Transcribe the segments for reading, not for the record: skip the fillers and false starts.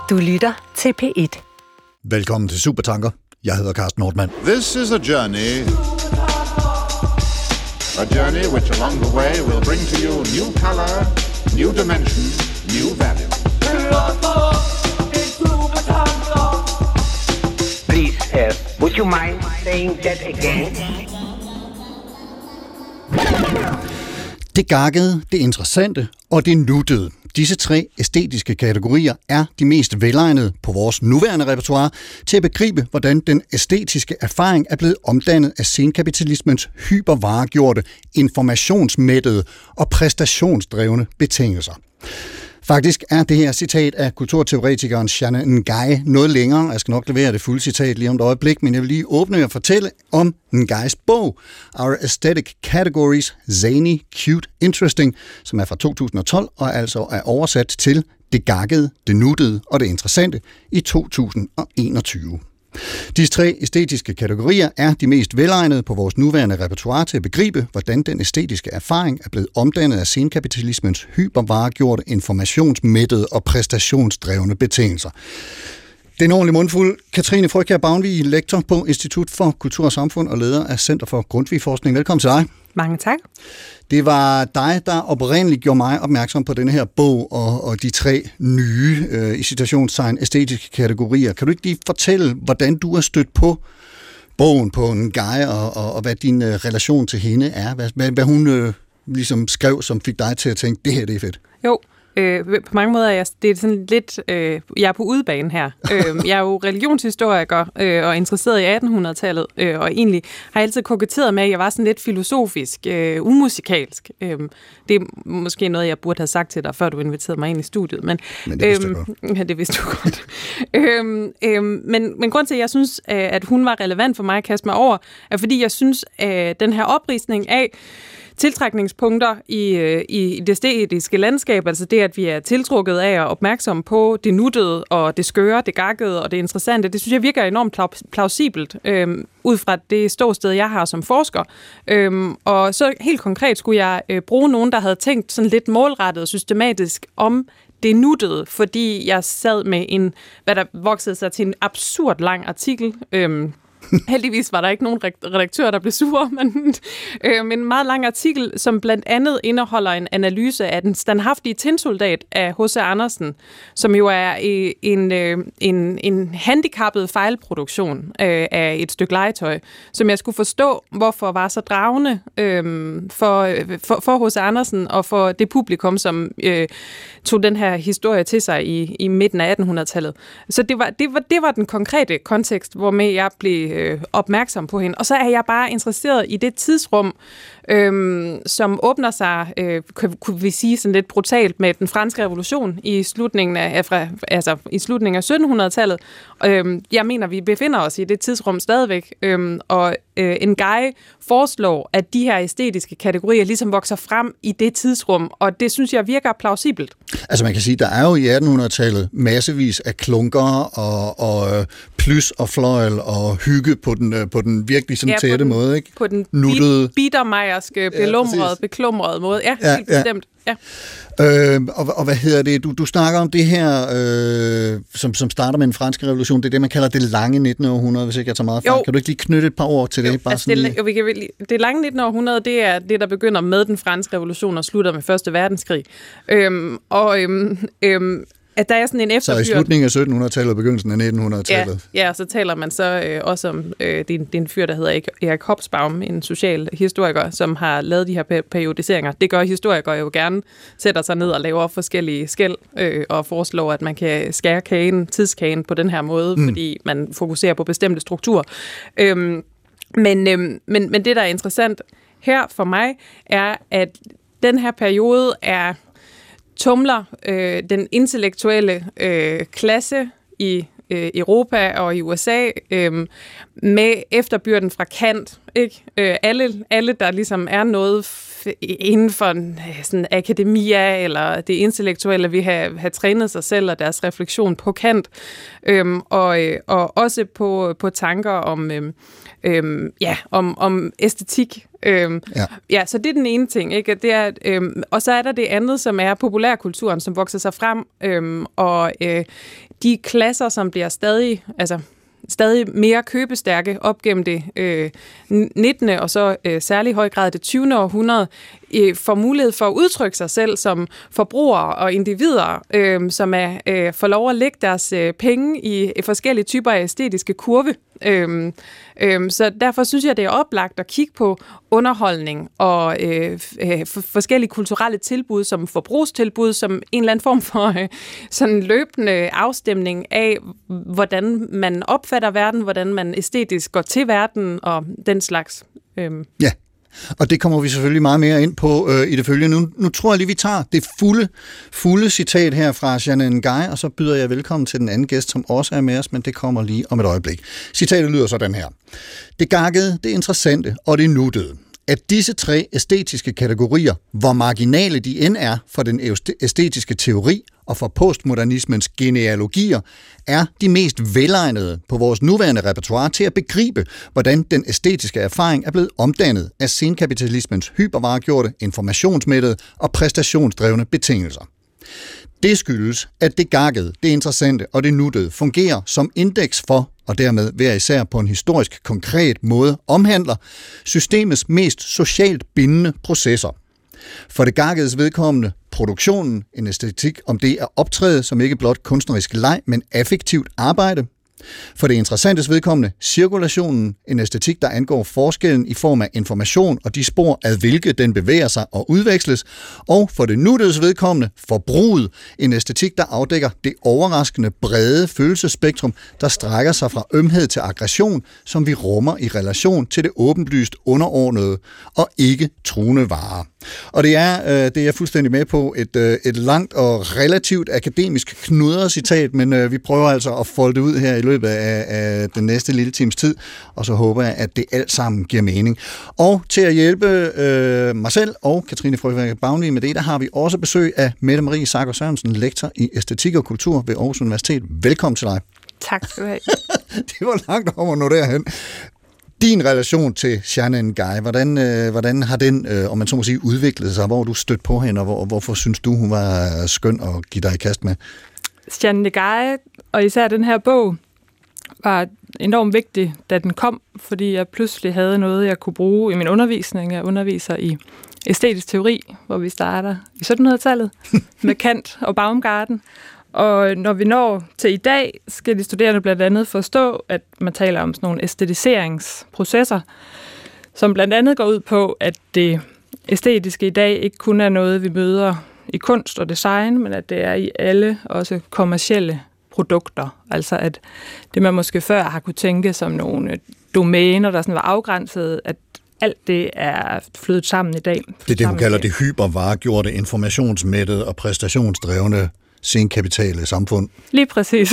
Du lytter til P1. Velkommen til Supertanker. Jeg hedder Carsten Nordmann. This is a journey which along the way will bring to you new color, new dimension, new value. Please, would you mind saying that again? Det gakkede, det interessante og det nuttede. Disse tre æstetiske kategorier er de mest velegnede på vores nuværende repertoire til at begribe, hvordan den æstetiske erfaring er blevet omdannet af senkapitalismens hypervaregjorte, informationsmættede og præstationsdrevne betingelser. Faktisk er det her citat af kulturteoretikeren Shanna Ngai noget længere. Jeg skal nok levere det fulde citat lige om et øjeblik, men jeg vil lige åbne og fortælle om Ngais bog, Our Aesthetic Categories, Zany, Cute, Interesting, som er fra 2012 og altså er oversat til Det gakkede, det nuttede og det interessante i 2021. Disse tre æstetiske kategorier er de mest velegnede på vores nuværende repertoire til at begribe, hvordan den æstetiske erfaring er blevet omdannet af senkapitalismens hypervaregjorte, informationsmættede og præstationsdrevne betingelser. Det er en ordentlig mundfuld. Katrine Frøkjær Bavnvig, lektor på Institut for Kultur og Samfund og leder af Center for Grundtvig-forskning. Velkommen til dig. Mange tak. Det var dig, der oprindeligt gjorde mig opmærksom på denne her bog og de tre nye, i citationstegn, æstetiske kategorier. Kan du ikke lige fortælle, hvordan du har stødt på bogen på Ngai, og hvad din relation til hende er? Hvad hun ligesom skrev, som fik dig til at tænke, det her det er fedt? Jo. På mange måder det er sådan lidt, jeg er på udebane her. Jeg er jo religionshistoriker og interesseret i 1800-tallet, og egentlig har jeg altid koketteret med, at jeg var sådan lidt filosofisk, umusikalsk. Det er måske noget, jeg burde have sagt til dig, før du inviterede mig ind i studiet. Men det vidste jeg godt. Ja, det vidste du godt. Men grund til, at jeg synes, at hun var relevant for mig at kaste mig over, er fordi jeg synes, at den her opridsning af tiltrækningspunkter i det æstetiske landskab, altså det, at vi er tiltrukket af og opmærksomme på det nuttede og det skøre, det gakkede og det interessante, det synes jeg virker enormt plausibelt ud fra det ståsted, jeg har som forsker. Og så helt konkret skulle jeg bruge nogen, der havde tænkt sådan lidt målrettet og systematisk om det nuttede, fordi jeg sad med hvad der voksede sig til en absurd lang artikel. Heldigvis var der ikke nogen redaktør, der blev sure, men en meget lang artikel, som blandt andet indeholder en analyse af den standhaftige tinsoldat af H.C. Andersen, som jo er en handicappet fejlproduktion af et stykke legetøj, som jeg skulle forstå, hvorfor var så dragende for H.C. Andersen og for det publikum, som tog den her historie til sig i midten af 1800-tallet. Så det var den konkrete kontekst, hvormed jeg blev opmærksom på hende. Og så er jeg bare interesseret i det tidsrum, som åbner sig, kunne vi sige sådan lidt brutalt, med den franske revolution i slutningen af 1700-tallet. Jeg mener, vi befinder os i det tidsrum stadigvæk, og Ngai foreslår, at de her æstetiske kategorier ligesom vokser frem i det tidsrum, og det synes jeg virker plausibelt. Altså man kan sige, der er jo i 1800-tallet massevis af klunker og plys og fløjl og hygge på den virkelig sådan tætte måde, ikke? På den biedermejerske, beklumrede måde. Ja, helt bestemt. Ja. Og hvad hedder det? Du snakker om det her, som starter med den franske revolution. Det er det, man kalder det lange 19. århundrede, hvis ikke jeg tager meget fejl. Kan du ikke lige knytte et par ord til det? Det lange 19. århundrede, det er det, der begynder med den franske revolution og slutter med 1. verdenskrig. At der er sådan en efterbyrd. Så i slutningen af 1700-tallet og begyndelsen af 1900-tallet. Ja, så taler man så også om, det er en fyr, der hedder Erik Hobsbawm, en social historiker, som har lavet de her periodiseringer. Det gør historikere jo gerne, sætter sig ned og laver forskellige skel og foreslår, at man kan skære tidskagen på den her måde, fordi man fokuserer på bestemte strukturer. Men det, der er interessant her for mig, er, at den her periode tumler den intellektuelle klasse i Europa og i USA med efterbyrden fra Kant. Ikke? Alle, der ligesom er noget inden for sådan akademia eller det intellektuelle vil have trænet sig selv og deres refleksion på Kant, og også på tanker om æstetik. Ja, så det er den ene ting, ikke? Det er, og så er der det andet, som er populærkulturen, som vokser sig frem, og de klasser, som bliver stadig mere købestærke op gennem det 19. og så særlig høj grad det 20. århundrede, får mulighed for at udtrykke sig selv som forbrugere og individer, som får lov at lægge deres penge i forskellige typer af æstetiske kurve. Så derfor synes jeg, det er oplagt at kigge på underholdning og forskellige kulturelle tilbud som forbrugstilbud, som en eller anden form for sådan løbende afstemning af, hvordan man opfatter verden, hvordan man æstetisk går til verden og den slags. Ja. Og det kommer vi selvfølgelig meget mere ind på i det følgende. Nu tror jeg lige, vi tager det fulde citat her fra Jeanne N'Gay, og så byder jeg velkommen til den anden gæst, som også er med os, men det kommer lige om et øjeblik. Citatet lyder sådan her. Det gakkede, det interessante og det nuttede. At disse tre æstetiske kategorier, hvor marginale de end er for den æstetiske teori og for postmodernismens genealogier, er de mest velegnede på vores nuværende repertoire til at begribe, hvordan den æstetiske erfaring er blevet omdannet af senkapitalismens hypervaregjorte, informationsmættede og præstationsdrevne betingelser. Det skyldes, at det gakkede, det interessante og det nuttede fungerer som indeks for, og dermed hver især på en historisk konkret måde omhandler, systemets mest socialt bindende processer. For det gakkedes vedkommende produktionen, en æstetik om det at optræde som ikke blot kunstnerisk leg, men affektivt arbejde. For det interessantes vedkommende cirkulationen, en æstetik, der angår forskellen i form af information og de spor, ad hvilke den bevæger sig og udveksles. Og for det nuttedes vedkommende forbruget, en æstetik, der afdækker det overraskende brede følelsesspektrum, der strækker sig fra ømhed til aggression, som vi rummer i relation til det åbenlyst underordnede og ikke truende varer. Og det er jeg fuldstændig med på, et langt og relativt akademisk knudret citat, men vi prøver altså at folde det ud her i løbet af den næste lille times tid, og så håber jeg, at det alt sammen giver mening. Og til at hjælpe mig selv og Katrine Frøværk Bavnvig med det, der har vi også besøg af Mette Marie Sager Sørensen, lektor i æstetik og kultur ved Aarhus Universitet. Velkommen til dig. Tak skal du have. Det var langt om at nå derhen. Din relation til Jeanne N'Gay, hvordan har den, om man så må sige, udviklet sig? Hvor har du stødt på hende, og hvorfor synes du, hun var skøn at give dig i kast med? Jeanne N'Gay, og især den her bog, var enormt vigtig, da den kom, fordi jeg pludselig havde noget, jeg kunne bruge i min undervisning. Jeg underviser i æstetisk teori, hvor vi starter i 1700-tallet med Kant og Baumgarten. Og når vi når til i dag, skal de studerende blandt andet forstå, at man taler om sådan nogle æstetiseringsprocesser, som blandt andet går ud på, at det æstetiske i dag ikke kun er noget, vi møder i kunst og design, men at det er i alle også kommercielle produkter. Altså at det, man måske før har kunne tænke som nogle domæner, der sådan var afgrænset, at alt det er flyttet sammen i dag. Det er det, hun kalder det hypervaregjorte, informationsmættede og præstationsdrevne senkapitale samfund. Lige præcis.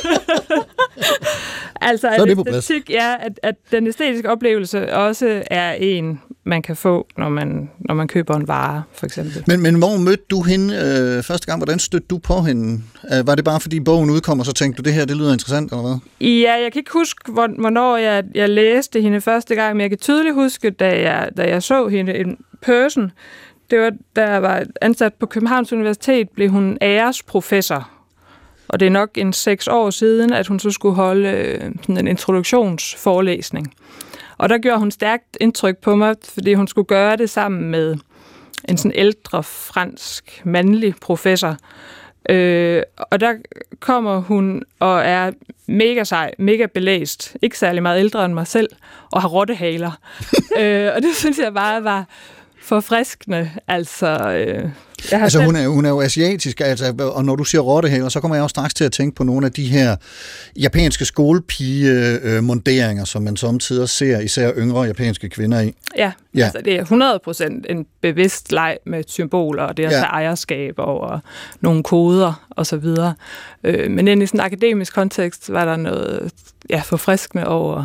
Altså at æstetik, ja, at den æstetiske oplevelse også er en, man kan få, når man køber en vare, for eksempel. Men hvor mødte du hende første gang? Hvordan stødte du på hende? Var det bare fordi bogen udkom, og så tænkte du, det her, det lyder interessant, eller hvad? Ja, jeg kan ikke huske, hvornår jeg læste hende første gang, men jeg kan tydeligt huske, da jeg så hende in person. Det var, da jeg var ansat på Københavns Universitet, blev hun æresprofessor. Og det er nok 6 år siden, at hun så skulle holde sådan en introduktionsforelæsning. Og der gjorde hun stærkt indtryk på mig, fordi hun skulle gøre det sammen med en sådan ældre fransk mandlig professor. Og der kommer hun og er mega sej, mega belæst, ikke særlig meget ældre end mig selv, og har rottehaler. Og det synes jeg bare var forfriskende. Hun er jo asiatisk, og når du siger rottehaler, så kommer jeg også straks til at tænke på nogle af de her japanske skolepige-monderinger, som man samtidig ser især yngre japanske kvinder i. Ja. Altså det er 100% en bevidst leg med symboler, og det er at tage ejerskab over nogle koder osv. Men i sådan en akademisk kontekst var der noget forfriskende over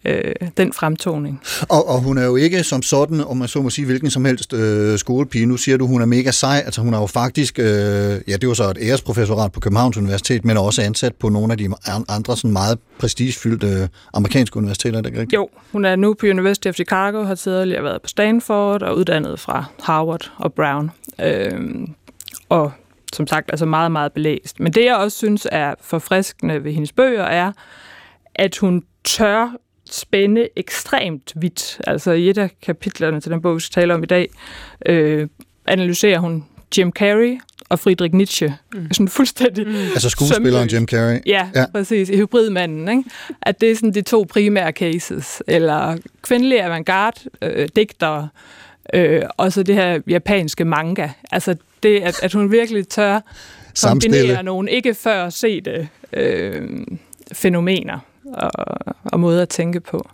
den fremtoning. Og hun er jo ikke som sådan, om man så må sige, hvilken som helst skolepige. Nu siger du, hun er mega sej. Altså hun er jo faktisk, det var så et æresprofessorat på Københavns Universitet, men også ansat på nogle af de andre sådan meget prestigefyldte amerikanske universiteter, der ikke? Jo, hun er nu på University of Chicago, har tidligere været på Stanford og uddannet fra Harvard og Brown. Og som sagt, altså meget, meget belæst. Men det, jeg også synes er forfriskende ved hendes bøger, er, at hun tør spænde ekstremt vidt. Altså i et af kapitlerne til den bog, vi skal tale om i dag, analyserer hun Jim Carrey og Friedrich Nietzsche. Sådan fuldstændig altså skuespilleren Jim Carrey. Ja, præcis. I Hybridmanden, ikke? At det er sådan de to primære cases. Eller kvindelige avantgarde, digtere, og så det her japanske manga. Altså det, at hun virkelig tør kombinere nogle ikke før sete fænomener og måder at tænke på.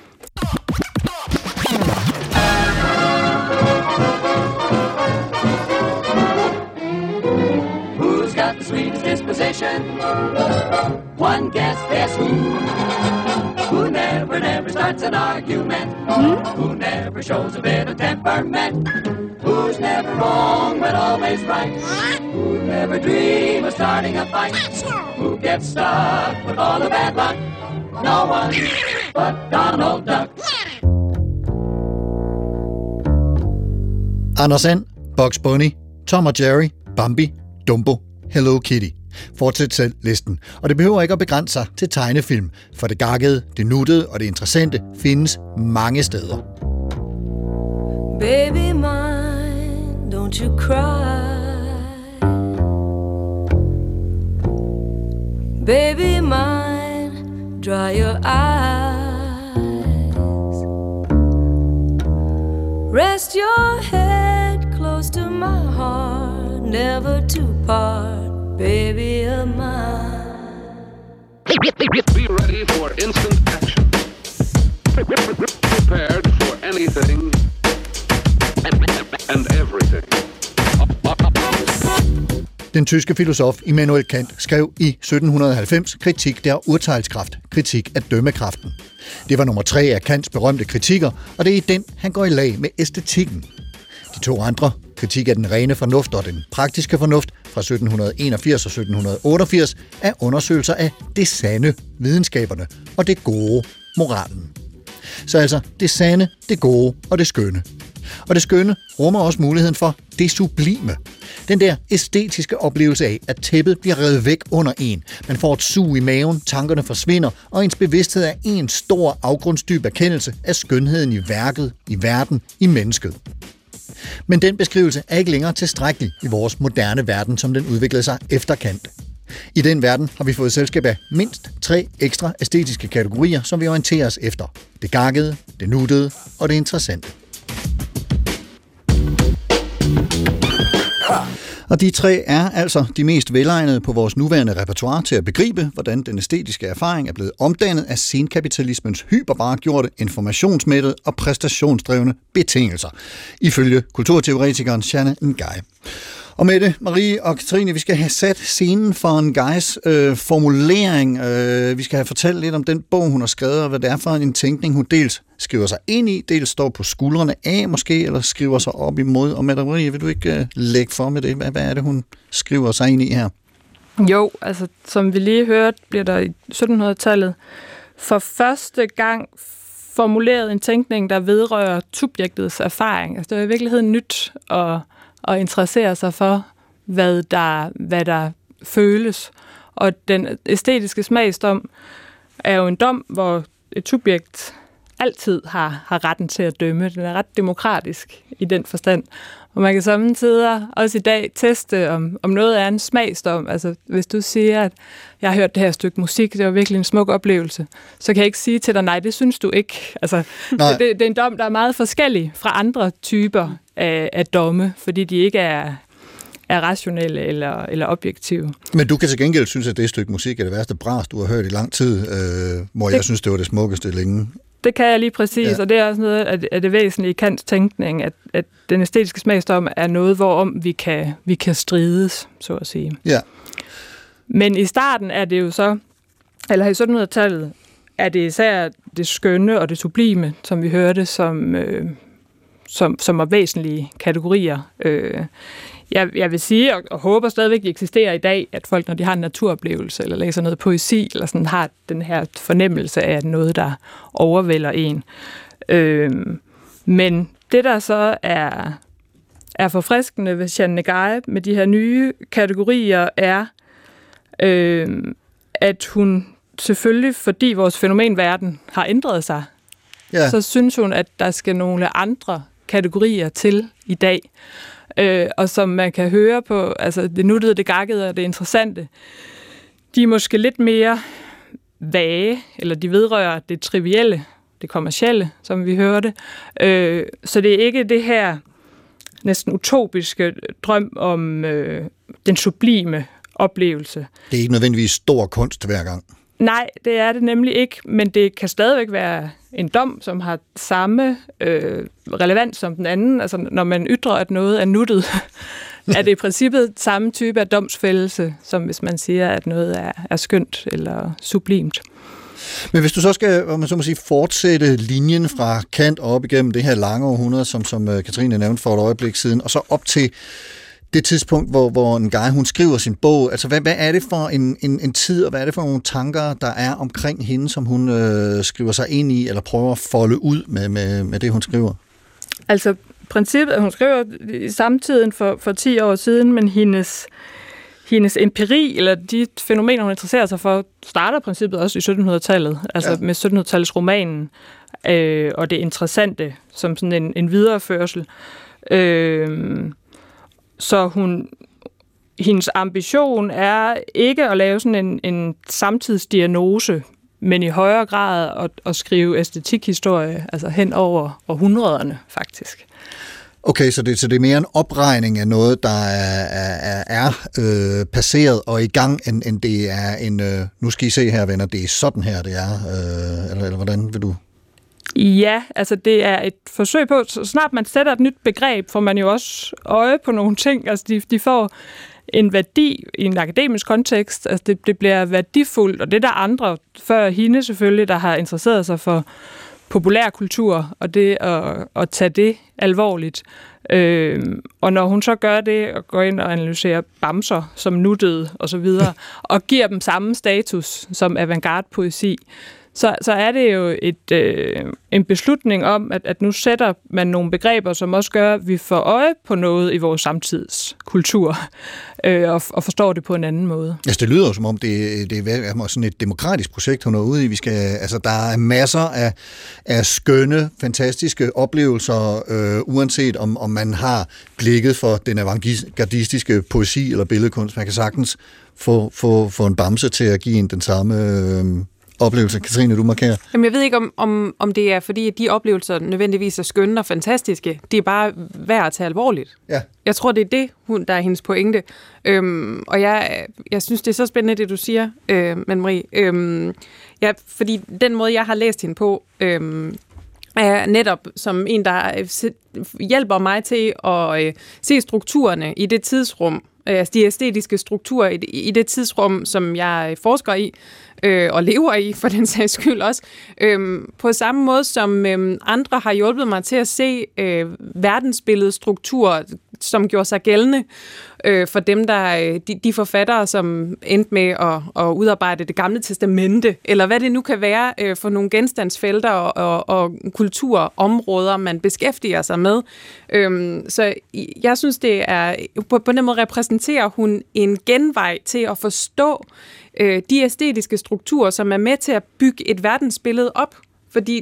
Who's got the sweetest disposition? One guess, guess who? Who never starts an argument? Who never shows a bit of temperament? Who's never wrong but always right? Who never dream of starting a fight? Who gets stuck with all the bad luck? No one but Donald Duck. Anders And, Bugs Bunny, Tom og Jerry, Bambi, Dumbo, Hello Kitty. Fortsæt selv listen. Og det behøver ikke at begrænse sig til tegnefilm, for det gakkede, det nuttede og det interessante findes mange steder. Baby mine, don't you cry. Baby mine, dry your eyes. Rest your head close to my heart, never to part, baby of mine. Be ready for instant action. Prepared for anything and everything. Den tyske filosof Immanuel Kant skrev i 1790 Kritik der Urteilskraft, kritik af dømmekraften. Det var nummer 3 af Kants berømte kritikker, og det er i den, han går i lag med æstetikken. De 2 andre, Kritik af den rene fornuft og den praktiske fornuft fra 1781 og 1788, er undersøgelser af det sande, videnskaberne, og det gode, moralen. Så altså det sande, det gode og det skønne. Og det skønne rummer også muligheden for det sublime. Den der æstetiske oplevelse af, at tæppet bliver revet væk under en. Man får et sug i maven, tankerne forsvinder, og ens bevidsthed er en stor afgrundsdyb erkendelse af skønheden i værket, i verden, i mennesket. Men den beskrivelse er ikke længere tilstrækkelig i vores moderne verden, som den udviklede sig efter Kant. I den verden har vi fået selskab af mindst 3 ekstra æstetiske kategorier, som vi orienterer os efter. Det gakkede, det nuttede og det interessante. Og de 3 er altså de mest velegnede på vores nuværende repertoire til at begribe, hvordan den æstetiske erfaring er blevet omdannet af senkapitalismens hypervaregjorte, informationsmættede og præstationsdrevne betingelser, ifølge kulturteoretikeren Shanna Ngai. Og Mette, Marie og Katrine, vi skal have sat scenen for Ngais formulering. Vi skal have fortalt lidt om den bog, hun har skrevet, og hvad det er for en tænkning, hun dels skriver sig ind i, dels står på skuldrene af måske, eller skriver sig op imod. Og Mette, Marie, vil du ikke lægge for med det? Hvad er det, hun skriver sig ind i her? Jo, altså som vi lige hørte, bliver der i 1700-tallet for første gang formuleret en tænkning, der vedrører subjektets erfaring. Altså det er i virkeligheden nyt og interessere sig for, hvad der føles. Og den æstetiske smagsdom er jo en dom, hvor et subjekt altid har retten til at dømme. Den er ret demokratisk i den forstand. Og man kan samtidig også i dag teste, om noget er en smagsdom. Altså hvis du siger, at jeg har hørt det her stykke musik, det var virkelig en smuk oplevelse, så kan jeg ikke sige til dig, nej, det synes du ikke. Altså, det er en dom, der er meget forskellig fra andre typer af domme, fordi de ikke er rationelle eller objektive. Men du kan til gengæld synes, at det stykke musik er det værste bras, du har hørt i lang tid, hvor jeg synes, det var det smukkeste længe. Det kan jeg lige præcis, ja. Og det er også noget af det væsentlige i Kants tænkning, at den æstetiske smagsdom er noget, hvorom vi kan strides, så at sige. Ja. Men i starten er det jo så, eller i 1700-tallet, er det især det skønne og det sublime, som vi hørte, som er væsentlige kategorier. Jeg vil sige, og håber stadigvæk, de eksisterer i dag, at folk, når de har en naturoplevelse, eller læser noget poesi, eller sådan, har den her fornemmelse af noget, der overvælder en. Men det, der så er forfriskende ved Jeanne Ngaï med de her nye kategorier, er, at hun selvfølgelig, fordi vores fænomenverden har ændret sig, så synes hun, at der skal nogle andre kategorier til i dag. Og som man kan høre på, altså det nuttede, det gakkede og det interessante, de er måske lidt mere vage, eller de vedrører det trivielle, det kommercielle, som vi hørte. Så det er ikke det her næsten utopiske drøm om den sublime oplevelse. Det er ikke nødvendigvis stor kunst hver gang. Nej, det er det nemlig ikke, men det kan stadigvæk være en dom, som har samme relevans som den anden. Altså, når man ytrer, at noget er nuttet, er det i princippet samme type af domsfældelse, som hvis man siger, at noget er skønt eller sublimt. Men hvis du så skal, om man så må sige, fortsætte linjen fra Kant op igennem det her lange århundrede, som Katrine nævnte for et øjeblik siden, og så op til det tidspunkt, hvor Ngaï, hun skriver sin bog, altså hvad er det for en tid, og hvad er det for nogle tanker, der er omkring hende, som hun skriver sig ind i, eller prøver at folde ud med det, hun skriver? Altså, princippet, at hun skriver i samtiden for 10 år siden, men hendes empiri, eller de fænomener, hun interesserer sig for, starter princippet også i 1700-tallet, altså med 1700-tallets romanen, og det interessante, som sådan en videreførsel. Så hendes ambition er ikke at lave sådan en samtidsdiagnose, men i højere grad at skrive æstetikhistorie, altså hen over århundrederne faktisk. Okay, så det er mere en opregning af noget, der er passeret og i gang, end det er en, nu skal I se her, venner, det er sådan her, det er, eller hvordan vil du? Ja, altså det er et forsøg på, så snart man sætter et nyt begreb, får man jo også øje på nogle ting. Altså de får en værdi i en akademisk kontekst, altså det bliver værdifuldt, og det er der andre, før hende selvfølgelig, der har interesseret sig for populærkultur, og det at tage det alvorligt. Og når hun så gør det, og går ind og analyserer bamser som nuttede og så videre, og giver dem samme status som avantgarde-poesi, så er det jo en beslutning om, at nu sætter man nogle begreber, som også gør, at vi får øje på noget i vores samtidskultur, og forstår det på en anden måde. Altså, det lyder jo som om, det er sådan et demokratisk projekt, hun er ude i. Der er masser af skønne, fantastiske oplevelser, uanset om man har blikket for den avantgardistiske poesi eller billedkunst. Man kan sagtens få en bamse til at give en den samme oplevelse. Katrine, du markerer. Jamen, jeg ved ikke, om det er, fordi de oplevelser nødvendigvis er skønne og fantastiske. Det er bare værd at tage alvorligt. Ja. Jeg tror, det er det, der er hendes pointe. Og jeg synes, det er så spændende, det du siger, Anne-Marie. Fordi den måde, jeg har læst hende på, er netop som en, der hjælper mig til at se strukturerne i det tidsrum, altså de æstetiske strukturer i det tidsrum, som jeg forsker i, og lever i, for den sags skyld også, på samme måde som andre har hjulpet mig til at se verdensbilledets struktur, som gjorde sig gældende for dem, de forfattere, som endte med at udarbejde det gamle testamente, eller hvad det nu kan være for nogle genstandsfelter og kulturområder, man beskæftiger sig med. Så jeg synes, det er på den måde repræsenterer hun en genvej til at forstå de æstetiske strukturer, som er med til at bygge et verdensbillede op. Fordi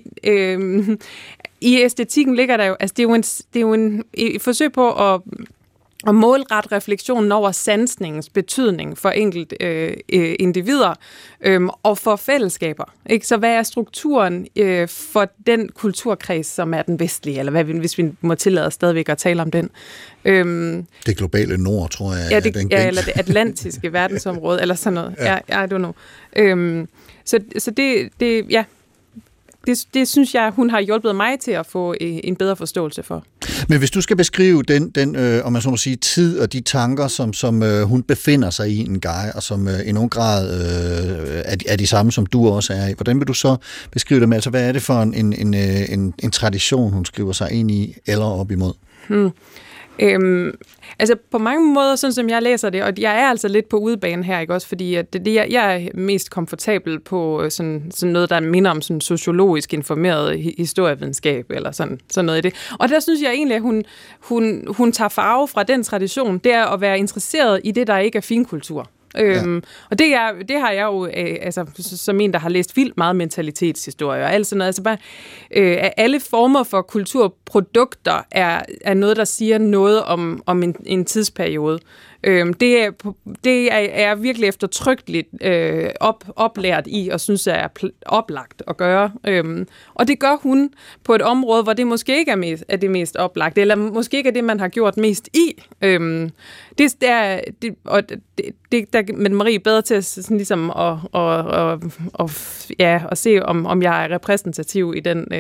i æstetikken ligger der jo, altså det er jo et forsøg på at målrette refleksionen over sansningens betydning for enkelt individer og for fællesskaber. Ikke? Så hvad er strukturen for den kulturkreds, som er den vestlige, eller hvad, hvis vi må tillade os stadigvæk at tale om den? Det globale nord, tror jeg. Eller det atlantiske verdensområde, eller sådan noget. Ja. I don't know. Så det ja. det synes jeg, hun har hjulpet mig til at få en bedre forståelse for. Men hvis du skal beskrive den om man så må sige, tid og de tanker, som hun befinder sig i, Nguyen, og som i nogen grad er de samme, som du også er i, hvordan vil du så beskrive dem? Altså, hvad er det for en tradition, hun skriver sig ind i eller op imod? Altså på mange måder, sådan som jeg læser det, og jeg er altså lidt på udebane her, ikke også, fordi at jeg er mest komfortabel på sådan noget, der minder om sådan sociologisk informeret historievidenskab, eller sådan noget i det. Og der synes jeg egentlig, at hun tager farve fra den tradition, det er at være interesseret i det, der ikke er finkultur. Og det har jeg jo, altså, som en, der har læst vildt meget mentalitetshistorie og alt sådan noget, altså bare, alle former for kulturprodukter er noget, der siger noget om en tidsperiode. Det er jeg virkelig eftertrykkeligt oplært i, og synes jeg er oplagt at gøre. Og det gør hun på et område, hvor det måske ikke er det mest oplagt, eller måske ikke er det, man har gjort mest i. Der med Marie bedre til sådan ligesom at se, om jeg er repræsentativ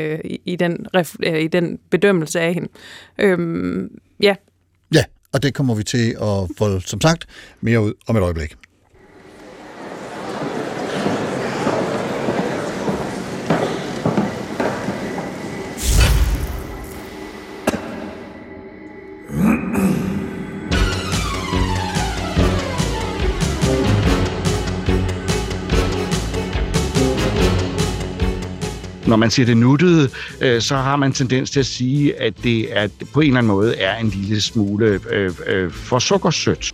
i den bedømmelse af hende. Ja. Ja, og det kommer vi til at få, som sagt, mere ud om et øjeblik. Når man siger det nuttede, så har man tendens til at sige, at det på en eller anden måde er en lille smule for sukkersødt.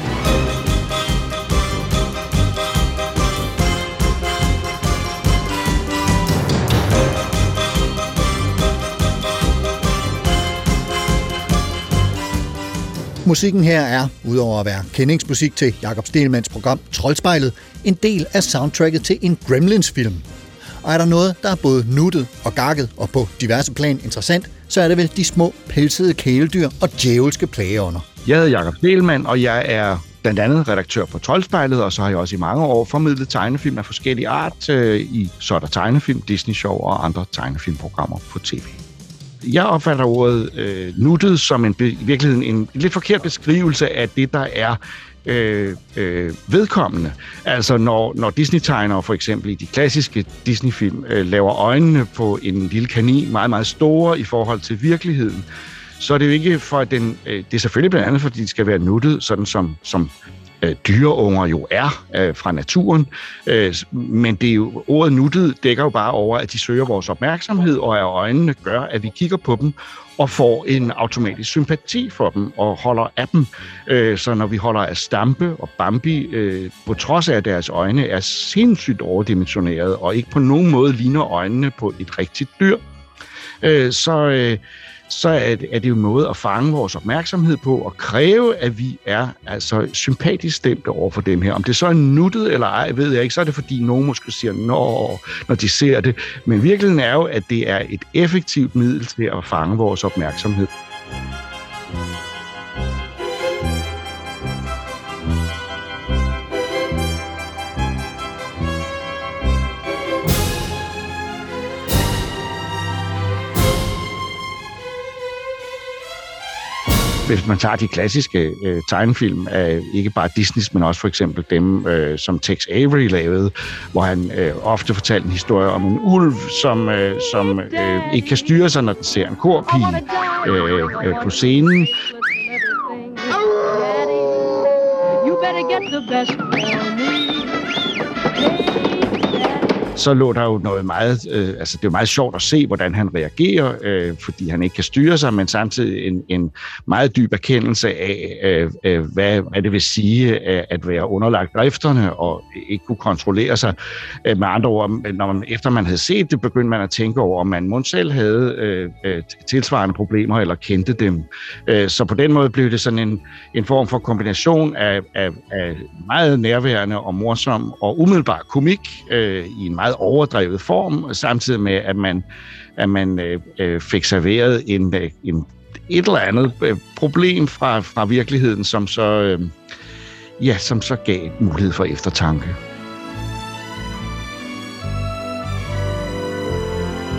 Musikken her er, udover at være kendingsmusik til Jakob Stegelmanns program Troldspejlet, en del af soundtracket til en Gremlins-film. Og er der noget, der er både nuttet og gakket og på diverse plan interessant, så er det vel de små pelsede kæledyr og djævelske plageånder. Jeg hedder Jakob Stegelmann, og jeg er blandt andet redaktør på Troldspejlet, og så har jeg også i mange år formidlet tegnefilm af forskellige art i Så er der tegnefilm, Disney Show og andre tegnefilmprogrammer på tv. Jeg opfatter ordet nuttet som i virkeligheden en lidt forkert beskrivelse af det, der er vedkommende. Altså når Disney-tegnere for eksempel i de klassiske Disney-film laver øjnene på en lille kanin meget, meget store i forhold til virkeligheden, så er det jo ikke for, at det er selvfølgelig blandt andet, fordi de skal være nuttet, sådan som dyreunger jo er fra naturen, men det er jo, ordet nuttet dækker jo bare over, at de søger vores opmærksomhed, og at øjnene gør, at vi kigger på dem og får en automatisk sympati for dem og holder af dem. Så når vi holder af Stampe og Bambi, på trods af at deres øjne er sindssygt overdimensioneret og ikke på nogen måde ligner øjnene på et rigtigt dyr, så er det jo en måde at fange vores opmærksomhed på og kræve, at vi er altså sympatisk stemte over for dem her. Om det så er nuttet eller ej, ved jeg ikke. Så er det fordi nogen måske siger, når de ser det. Men virkeligheden er jo, at det er et effektivt middel til at fange vores opmærksomhed. Hvis man tager de klassiske tegnefilm af ikke bare Disneys, men også for eksempel dem, som Tex Avery lavede, hvor han ofte fortalte en historie om en ulv, som ikke kan styre sig, når den ser en korpige på scenen. Så lå der jo noget meget, altså det er meget sjovt at se, hvordan han reagerer, fordi han ikke kan styre sig, men samtidig en meget dyb erkendelse af, hvad det vil sige at være underlagt drifterne og ikke kunne kontrollere sig. Med andre ord, efter man havde set det, begyndte man at tænke over, om man måske selv havde tilsvarende problemer eller kendte dem. Så på den måde blev det sådan en form for kombination af meget nærværende og morsom og umiddelbar komik i en meget overdrevet form, samtidig med, at man fik serveret et eller andet problem fra virkeligheden, som så gav mulighed for eftertanke.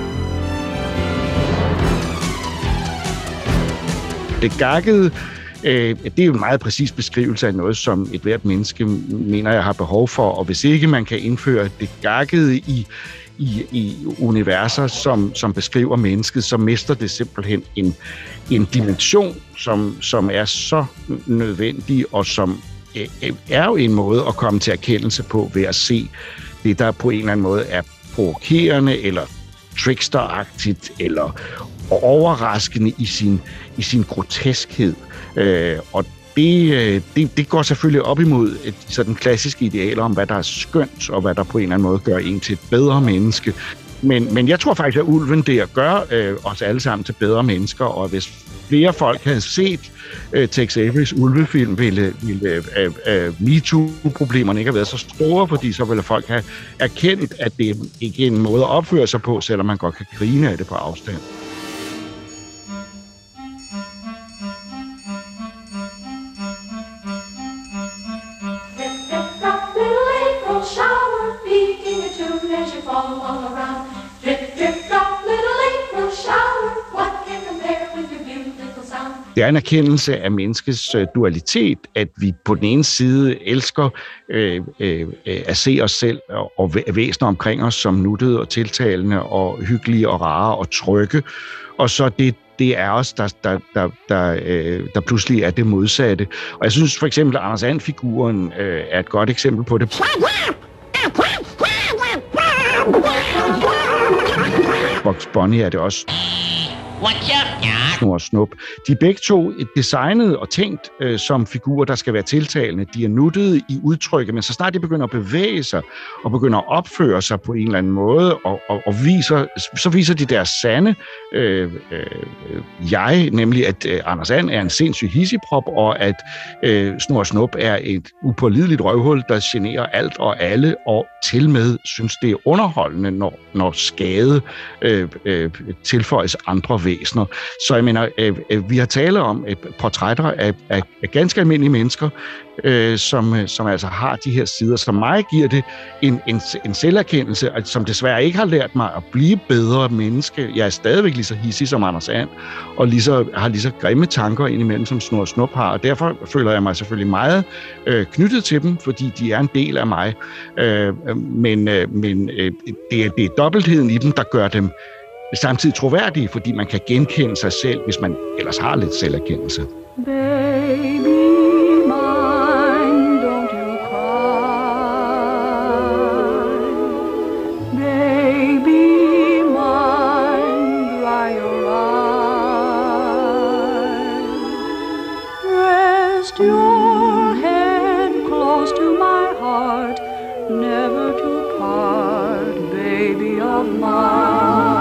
det gakkede, det er jo en meget præcis beskrivelse af noget, som et hvert menneske mener, jeg har behov for, og hvis ikke man kan indføre det gakkede i universer, som beskriver mennesket, så mister det simpelthen en dimension, som er så nødvendig, og som er jo en måde at komme til erkendelse på ved at se det, der på en eller anden måde er provokerende, eller tricksteragtigt, eller overraskende i sin groteskhed. Og det går selvfølgelig op imod sådan klassiske idealer om, hvad der er skønt, og hvad der på en eller anden måde gør en til et bedre menneske. Men jeg tror faktisk, at ulven der gør os alle sammen til bedre mennesker, og hvis flere folk havde set Tex Avery's ulvefilm, ville MeToo-problemerne ikke have været så store, fordi så ville folk have erkendt, at det ikke er en måde at opføre sig på, selvom man godt kan grine af det på afstand. Det er en erkendelse af menneskets dualitet, at vi på den ene side elsker at se os selv og væsener omkring os som nuttede og tiltalende og hyggelige og rare og trygge, og så det er os, der pludselig er det modsatte. Og jeg synes for eksempel, at Anders And-figuren er et godt eksempel på det. Bugs Bunny er det også. Snor og Snup. De er begge to designet og tænkt som figurer, der skal være tiltalende. De er nuttede i udtrykket, men så snart de begynder at bevæge sig og begynder at opføre sig på en eller anden måde, og viser de deres sande jeg, nemlig at Anders And er en sindssyg hissigprop, og at Snor og Snup er et upålideligt røvhul, der generer alt og alle, og til med synes, det er underholdende, når skade tilføjes andre væsener. Så jeg mener, vi har talt om portrætter af ganske almindelige mennesker, som altså har de her sider. Så mig giver det en selverkendelse, som desværre ikke har lært mig at blive bedre menneske. Jeg er stadigvæk lige så hissig som Anders And, og har lige så grimme tanker indimellem, som Snor og Snup har, og derfor føler jeg mig selvfølgelig meget knyttet til dem, fordi de er en del af mig. Men det er dobbeltheden i dem, der gør dem samtidig troværdige, fordi man kan genkende sig selv, hvis man ellers har lidt selverkendelse. Baby, mine, don't you cry. Baby, mine, dry your eyes. Rest your head close to my heart, never to part, baby of mine.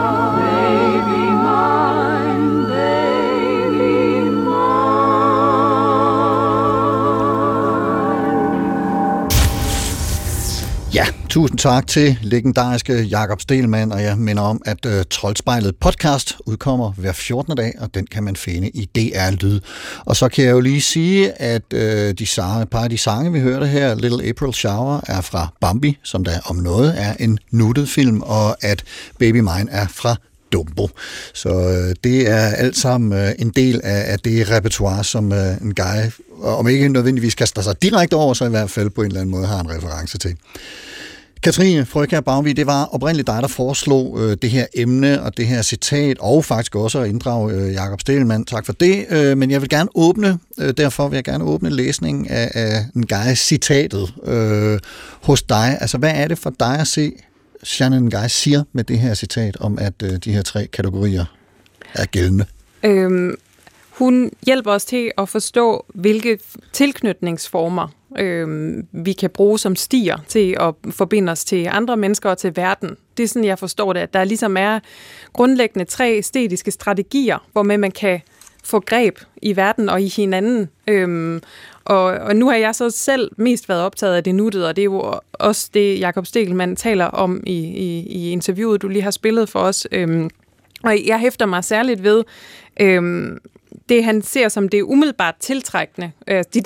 Ja, tusind tak til legendariske Jakob Stegelmann, og jeg minder om, at Troldspejlet podcast udkommer hver 14. dag, og den kan man finde i DR Lyd. Og så kan jeg jo lige sige, at et par af de sange, vi hørte her, Little April Shower, er fra Bambi, som der om noget er en nuttet film, og at Baby Mine er fra Dumbo. Så det er alt sammen en del af det repertoire, som en guy, om ikke nødvendigvis kaster sig direkte over, så i hvert fald på en eller anden måde har en reference til. Katrine Frøkjær Baunvig, det var oprindeligt dig, der foreslog det her emne og det her citat, og faktisk også at inddrage Jakob Stegelmann. Tak for det. Men jeg vil gerne åbne læsningen af Nguyen-citatet hos dig. Altså, hvad er det for dig at se, Shannon Nguyen siger med det her citat om, at de her 3 kategorier er gældende? Hun hjælper os til at forstå, hvilke tilknytningsformer vi kan bruge som stier til at forbinde os til andre mennesker og til verden. Det er sådan, jeg forstår det, at der ligesom er grundlæggende 3 æstetiske strategier, hvormed man kan få greb i verden og i hinanden. Og nu har jeg så selv mest været optaget af det nuttede, og det er jo også det, Jakob Stegelmann taler om i interviewet, du lige har spillet for os. Og jeg hæfter mig særligt ved det, han ser som det umiddelbart tiltrækkende. De der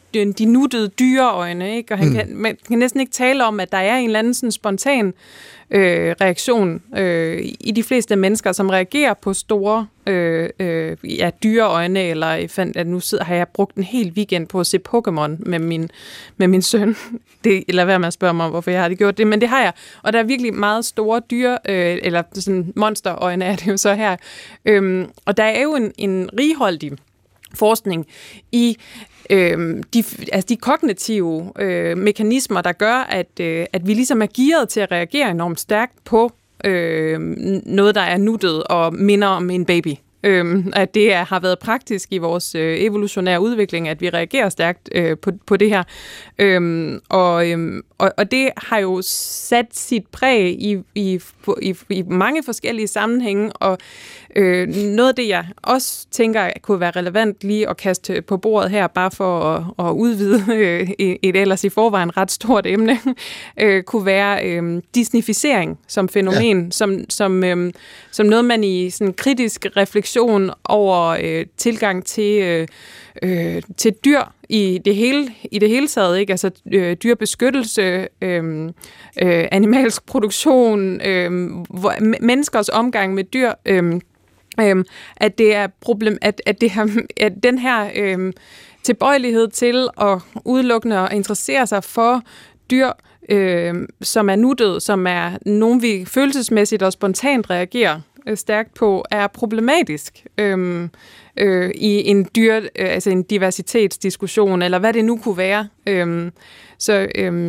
de nuttede dyreøjne, ikke? Og man kan næsten ikke tale om, at der er en eller anden sådan spontan reaktion i de fleste mennesker, som reagerer på store dyreøjne, eller har jeg brugt en hel weekend på at se Pokémon med min søn. Eller hvad med at spørge mig om, hvorfor jeg har det gjort det, men det har jeg. Og der er virkelig meget store dyre, eller sådan monsterøjne er det jo så her. Og der er jo en righoldig forskning i de kognitive mekanismer, der gør, at vi ligesom er gearet til at reagere enormt stærkt på noget, der er nuttet og minder om en baby. At det har været praktisk i vores evolutionære udvikling, at vi reagerer stærkt på det her. Og det har jo sat sit præg i mange forskellige sammenhænge, og noget af det, jeg også tænker kunne være relevant lige at kaste på bordet her, bare for at udvide et ellers i forvejen ret stort emne, kunne være disneyficering som fænomen, som noget, man i sådan kritisk refleksion over tilgang til dyr i det hele taget, ikke? Altså dyrebeskyttelse, animalsk produktion, menneskers omgang med dyr, at det er at den her tilbøjelighed til at udelukkende og interessere sig for dyr, som er nuttede, som er nogen, vi følelsesmæssigt og spontant reagerer stærkt på, er problematisk i en en diversitetsdiskussion, eller hvad det nu kunne være. Så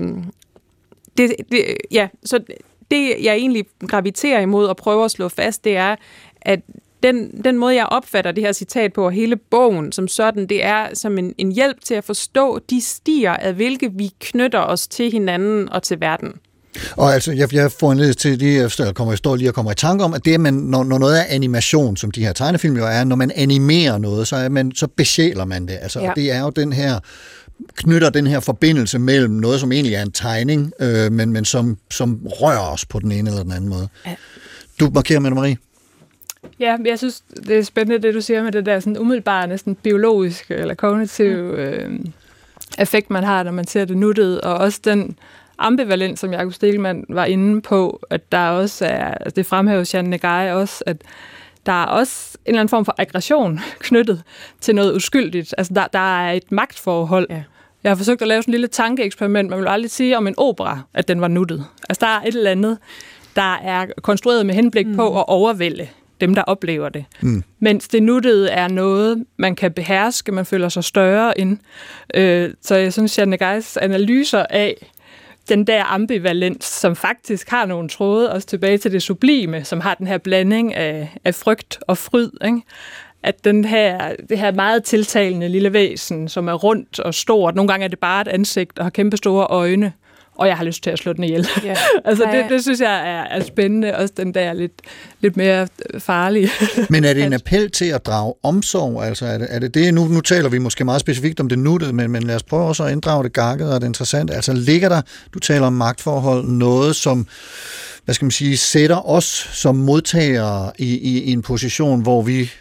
det, jeg egentlig graviterer imod og prøver at slå fast, det er, at den måde, jeg opfatter det her citat på, og hele bogen som sådan, det er som en hjælp til at forstå de stier, af hvilke vi knytter os til hinanden og til verden. Og altså, jeg får en led til lige, jeg kommer i tanke om, at det, når noget er animation, som de her tegnefilm jo er, når man animerer noget, så besjæler man det. Altså, ja. Og det er jo knytter den her forbindelse mellem noget, som egentlig er en tegning, men som rører os på den ene eller den anden måde. Ja. Du markerer, Mette Marie? Ja, jeg synes, det er spændende, det du siger med det der sådan umiddelbare, næsten biologiske eller kognitive effekt, man har, når man ser det nuttede, og også den ambivalent, som Jakob Stegelmann var inde på, at der også er, altså det fremhæves Jan Negai også, at der er også en eller anden form for aggression knyttet til noget uskyldigt. Altså der er et magtforhold. Ja. Jeg har forsøgt at lave sådan en lille tankeeksperiment. Man vil aldrig sige om en opera, at den var nuttet. Altså der er et eller andet, der er konstrueret med henblik på at overvælde dem, der oplever det. Mens det nuttede er noget, man kan beherske, man føler sig større ind. Så jeg synes, Jan Negais analyser af den der ambivalens, som faktisk har nogle tråde, også tilbage til det sublime, som har den her blanding af frygt og fryd, ikke? At det her meget tiltalende lille væsen, som er rundt og stort, nogle gange er det bare et ansigt og har kæmpe store øjne, og jeg har lyst til at slå den ihjel. Yeah. Altså det synes jeg er spændende, også den der lidt mere farlige. Men er det en appel til at drage omsorg? Altså er det? Nu taler vi måske meget specifikt om det nuttede, men lad os prøve også at inddrage det gakkede og det interessante. Altså ligger der, du taler om magtforhold, noget som, hvad skal man sige, sætter os som modtagere i en position, hvor vi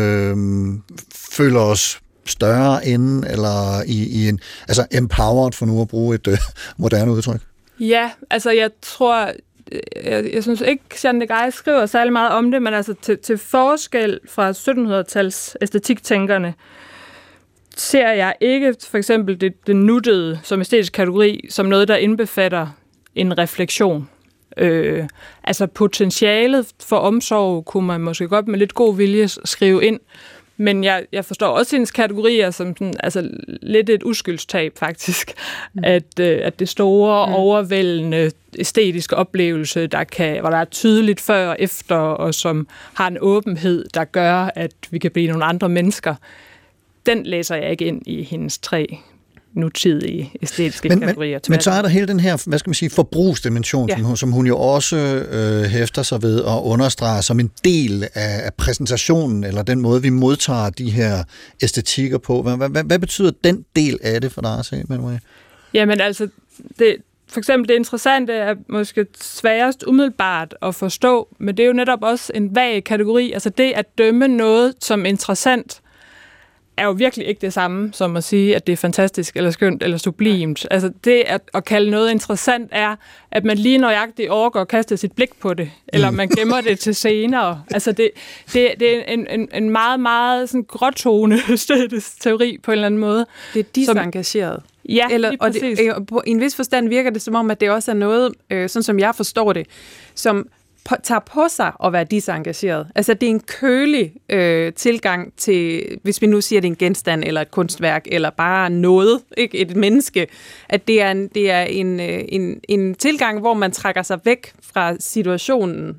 føler os større end, eller i en, altså empowered, for nu at bruge et moderne udtryk? Ja, altså jeg tror, jeg synes ikke, Jan Negai skriver særlig meget om det, men altså til forskel fra 1700-tals æstetiktænkerne, ser jeg ikke for eksempel det nuttede som æstetisk kategori, som noget, der indbefatter en refleksion. Altså potentialet for omsorg kunne man måske godt med lidt god vilje skrive ind, men jeg forstår også hendes kategorier som sådan, altså lidt et uskyldstab faktisk, at det store, overvældende æstetiske oplevelse, hvor der er tydeligt før og efter, og som har en åbenhed, der gør, at vi kan blive nogle andre mennesker, den læser jeg ikke ind i hendes 3 nutidige æstetiske kategorier. Men så er der hele den her, hvad skal man sige, forbrugsdimension, som hun jo også hæfter sig ved og understreger som en del af præsentationen, eller den måde, vi modtager de her æstetikker på. Hvad betyder den del af det for dig at se, Manuel? Jamen altså, for eksempel det interessante er måske sværest umiddelbart at forstå, men det er jo netop også en vag kategori. Altså det at dømme noget som interessant, er jo virkelig ikke det samme som at sige, at det er fantastisk, eller skønt, eller sublimt. Altså det at kalde noget interessant er, at man lige nøjagtigt overgår at kaste sit blik på det, eller man gemmer det til senere. Altså det er en meget, meget sådan gråtone æstetisk teori på en eller anden måde. Det er disengageret. Ja, og i en vis forstand virker det som om, at det også er noget, sådan som jeg forstår det, som tager på sig at være disengageret. Altså, det er en kølig tilgang til, hvis vi nu siger, det er en genstand, eller et kunstværk, eller bare noget, ikke et menneske, at det er en tilgang, hvor man trækker sig væk fra situationen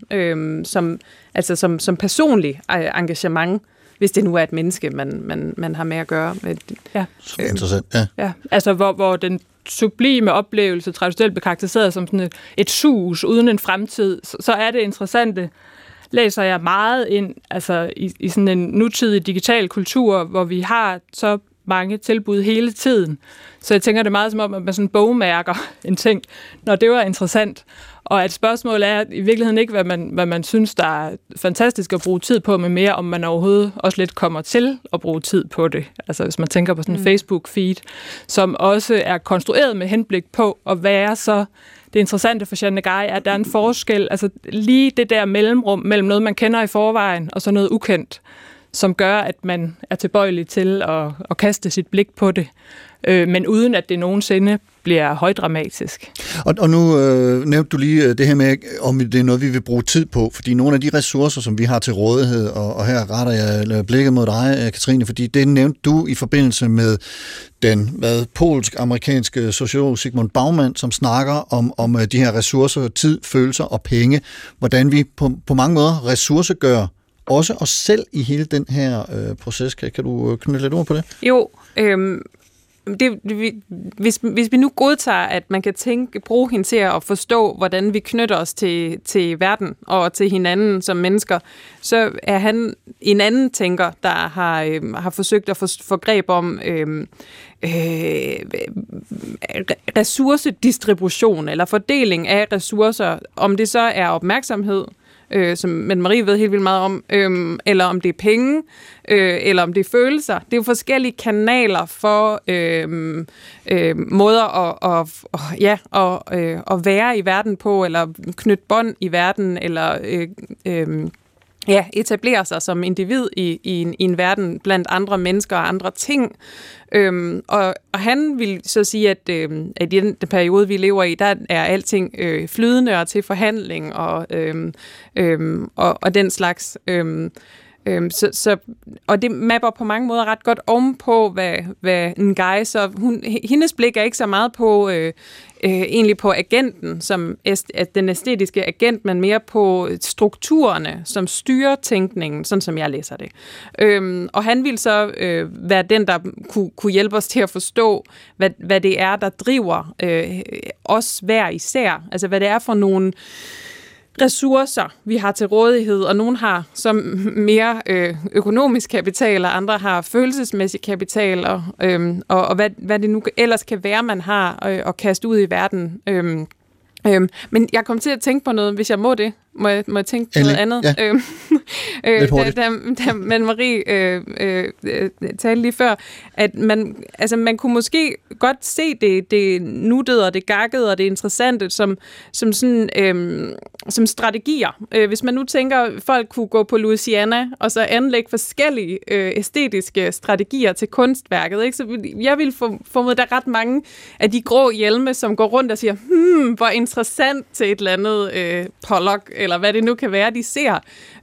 som personlig engagement, hvis det nu er et menneske, man har med at gøre. Ja. Interessant, ja. Ja, altså hvor den sublime oplevelse traditionelt bliver karakteriseret som sådan et sus uden en fremtid, så er det interessante, læser jeg meget ind altså i sådan en nutidig digital kultur, hvor vi har så mange tilbud hele tiden. Så jeg tænker det meget som om, at man sådan bogmærker en ting, når det var interessant. Og at spørgsmålet er i virkeligheden ikke, hvad man synes, der er fantastisk at bruge tid på, men mere om man overhovedet også lidt kommer til at bruge tid på det. Altså hvis man tænker på sådan en Facebook-feed, som også er konstrueret med henblik på at være så. Det interessante for Jeanne Guy er, at der er en forskel, altså lige det der mellemrum mellem noget, man kender i forvejen, og så noget ukendt, som gør, at man er tilbøjelig til at kaste sit blik på det, men uden at det nogensinde bliver højdramatisk. Og nu nævnte du lige det her med, om det er noget, vi vil bruge tid på, fordi nogle af de ressourcer, som vi har til rådighed, og her retter jeg blikket mod dig, Katrine, fordi det nævnte du i forbindelse med den polsk-amerikanske sociolog Zygmunt Bauman, som snakker om de her ressourcer, tid, følelser og penge, hvordan vi på mange måder ressourcegør også os selv i hele den her proces. Kan du knytte lidt ord på det? Jo, hvis vi nu godtager, at man kan bruge hende til at forstå, hvordan vi knytter os til verden og til hinanden som mennesker, så er han en anden tænker, der har forsøgt at få greb om ressourcedistribution eller fordeling af ressourcer, om det så er opmærksomhed, som Mette Marie ved helt vildt meget om, eller om det er penge, eller om det er følelser. Det er jo forskellige kanaler for måder at være i verden på, eller knytte bånd i verden, eller etablere sig som individ i en verden blandt andre mennesker og andre ting. Og han vil så sige, at i den periode, vi lever i, der er alting flydende og til forhandling og den slags. Og det mapper på mange måder ret godt ovenpå, hvad en guy, så hendes blik er ikke så meget på egentlig på agenten, som den æstetiske agent, men mere på strukturerne, som styrer tænkningen, sådan som jeg læser det. Og han vil så være den, der kunne hjælpe os til at forstå, hvad det er, der driver os hver især. Altså hvad det er for nogle ressourcer, vi har til rådighed, og nogle har som mere økonomisk kapital, og andre har følelsesmæssig kapital, og hvad det nu ellers kan være, man har at kaste ud i verden. Men jeg kom til at tænke på noget, hvis jeg må det. Må jeg tænke på noget andet? Ja. Da Mette Marie talte lige før, at man kunne måske godt se det nuttede og det gakkede og det interessante som sådan som strategier. Hvis man nu tænker, at folk kunne gå på Louisiana og så anlægge forskellige æstetiske strategier til kunstværket, ikke? Så jeg vil formode, der er ret mange af de grå hjelme, som går rundt og siger, hvor interessant til et eller andet Pollock, eller hvad det nu kan være, de ser.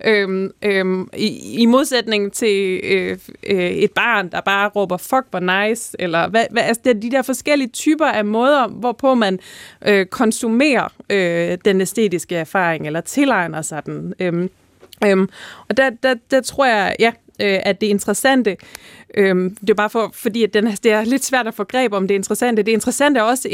I modsætning til et barn, der bare råber, fuck, hvor nice, eller altså de der forskellige typer af måder, hvorpå man konsumerer den æstetiske erfaring, eller tilegner sig den. Og der tror jeg, at det interessante, det er bare fordi at det er lidt svært at få greb om det interessante. Det interessante er også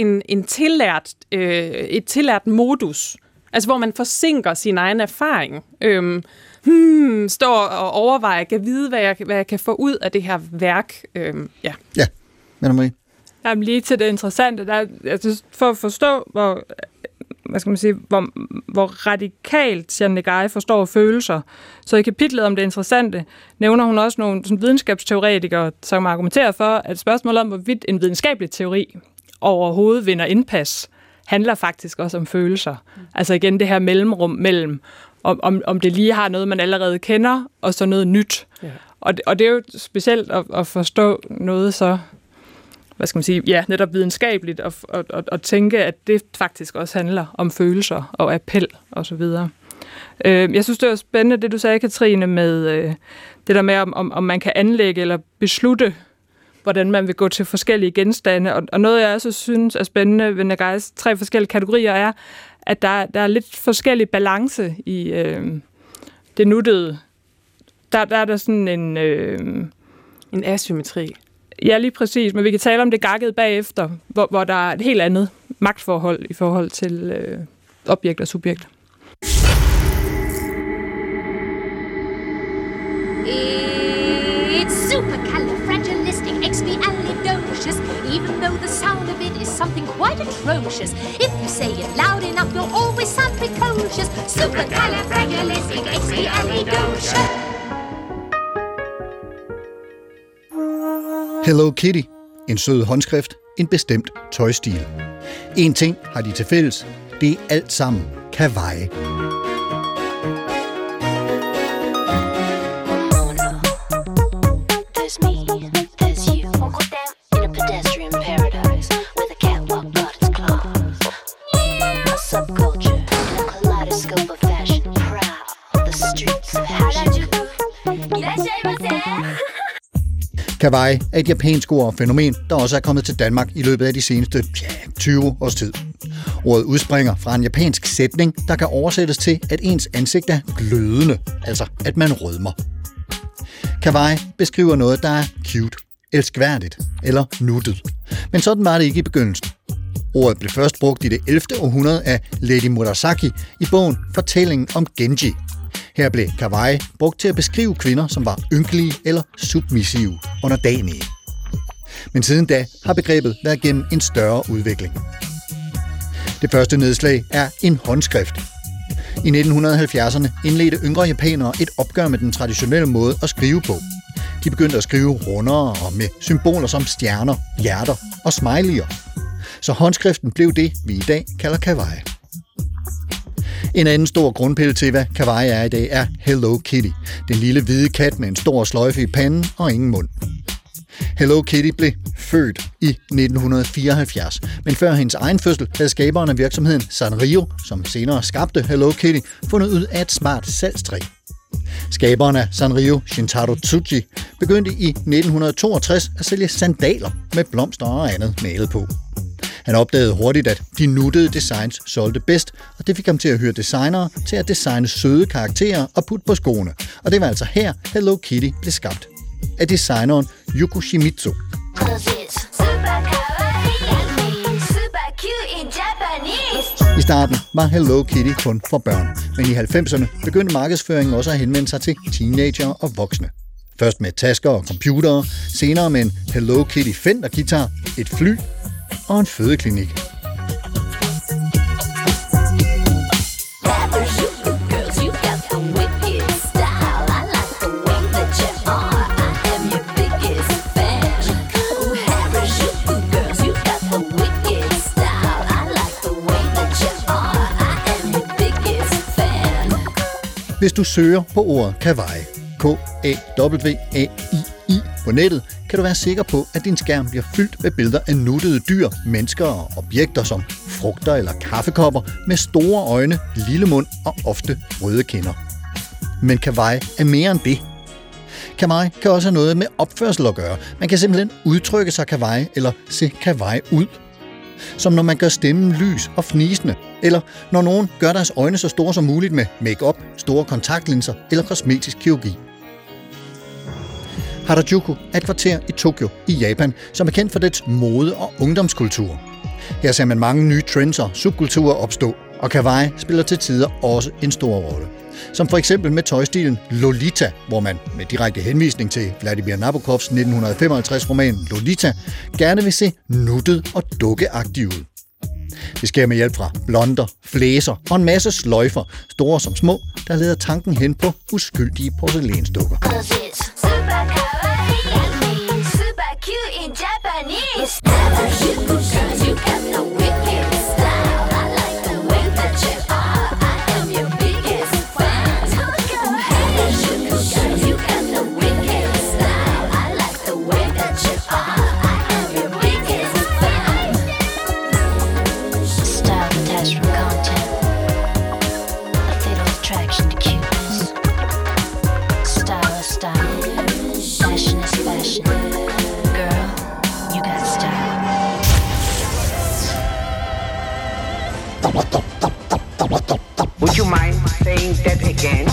et tillært modus, altså hvor man forsinker sin egen erfaring. Står og overvejer, kan vide, hvad jeg kan få ud af det her værk. Ja, Mette Marie. Jamen lige til det interessante, der, altså for at forstå, hvad skal man sige, hvor radikalt Jeanne Negari forstår følelser. Så i kapitlet om det interessante nævner hun også nogle sådan, videnskabsteoretikere, som argumenterer for, at spørgsmålet om, hvorvidt en videnskabelig teori overhovedet vinder indpas, handler faktisk også om følelser. Altså igen det her mellemrum mellem, om det lige har noget, man allerede kender, og så noget nyt. Ja. Og det er jo specielt at forstå noget så, hvad skal man sige, ja, netop videnskabeligt, og tænke, at det faktisk også handler om følelser og appel og så videre. Jeg synes, det var spændende, det du sagde, Katrine, med det der med, om man kan anlægge eller beslutte, hvordan man vil gå til forskellige genstande. Og noget, jeg også synes er spændende ved Negaris 3 forskellige kategorier, er, at der er lidt forskellig balance i det nuttede. Der er der sådan en asymmetri. Ja, lige præcis. Men vi kan tale om det gakkede bagefter, hvor der er et helt andet magtforhold i forhold til objekt og subjekt. It's supercalifragilisticexpialidocious, even though the sound of it is something quite atrocious. If you say it loud enough, you'll always sound precocious. Supercalifragilisticexpialidocious. Hello Kitty. En sød håndskrift. En bestemt tøjstil. En ting har de til fælles. Det er alt sammen kawaii. Kawaii er et japansk ord og fænomen, der også er kommet til Danmark i løbet af de seneste 20 års tid. Ordet udspringer fra en japansk sætning, der kan oversættes til, at ens ansigt er glødende, altså at man rødmer. Kawaii beskriver noget, der er cute, elskværdigt eller nuttet. Men sådan var det ikke i begyndelsen. Ordet blev først brugt i det 11. århundrede af Lady Murasaki i bogen Fortællingen om Genji. Her blev kawaii brugt til at beskrive kvinder, som var ynkelige eller submissive, underdanige. Men siden da har begrebet været gennem en større udvikling. Det første nedslag er en håndskrift. I 1970'erne indledte yngre japanere et opgør med den traditionelle måde at skrive på. De begyndte at skrive rundere og med symboler som stjerner, hjerter og smiley'er. Så håndskriften blev det, vi i dag kalder kawaii. En anden stor grundpille til, hvad kawaii er i dag, er Hello Kitty. Den lille hvide kat med en stor sløjfe i panden og ingen mund. Hello Kitty blev født i 1974, men før hendes egen fødsel havde skaberen af virksomheden Sanrio, som senere skabte Hello Kitty, fundet ud af et smart salgstrik. Skaberen af Sanrio, Shintaro Tsuji, begyndte i 1962 at sælge sandaler med blomster og andet malet på. Han opdagede hurtigt, at de nuttede designs solgte bedst, og det fik ham til at hyre designere til at designe søde karakterer og putte på skoene. Og det var altså her, Hello Kitty blev skabt. Af designeren Yuko Shimizu. I starten var Hello Kitty kun for børn, men i 90'erne begyndte markedsføringen også at henvende sig til teenagere og voksne. Først med tasker og computere, senere med en Hello Kitty Fender-guitar, et fly og en fødeklinik. Hvis du søger på ordet kawaii, K-A-W-A-I-I på nettet, kan du være sikker på, at din skærm bliver fyldt med billeder af nuttede dyr, mennesker og objekter som frugter eller kaffekopper med store øjne, lille mund og ofte røde kinder. Men kawaii er mere end det. Kawaii kan også have noget med opførsel at gøre. Man kan simpelthen udtrykke sig kawaii eller se kawaii ud. Som når man gør stemmen lys og fnisende, eller når nogen gør deres øjne så store som muligt med make-up, store kontaktlinser eller kosmetisk kirurgi. Harajuku er et kvarter i Tokyo i Japan, som er kendt for dets mode- og ungdomskultur. Her ser man mange nye trends og subkulturer opstå, og kawaii spiller til tider også en stor rolle. Som for eksempel med tøjstilen Lolita, hvor man med direkte henvisning til Vladimir Nabokovs 1955-roman Lolita gerne vil se nuttet og dukkeagtig ud. Det sker med hjælp fra blonder, flæser og en masse sløjfer, store som små, der leder tanken hen på uskyldige porcelænsdukker. Would you mind saying that again?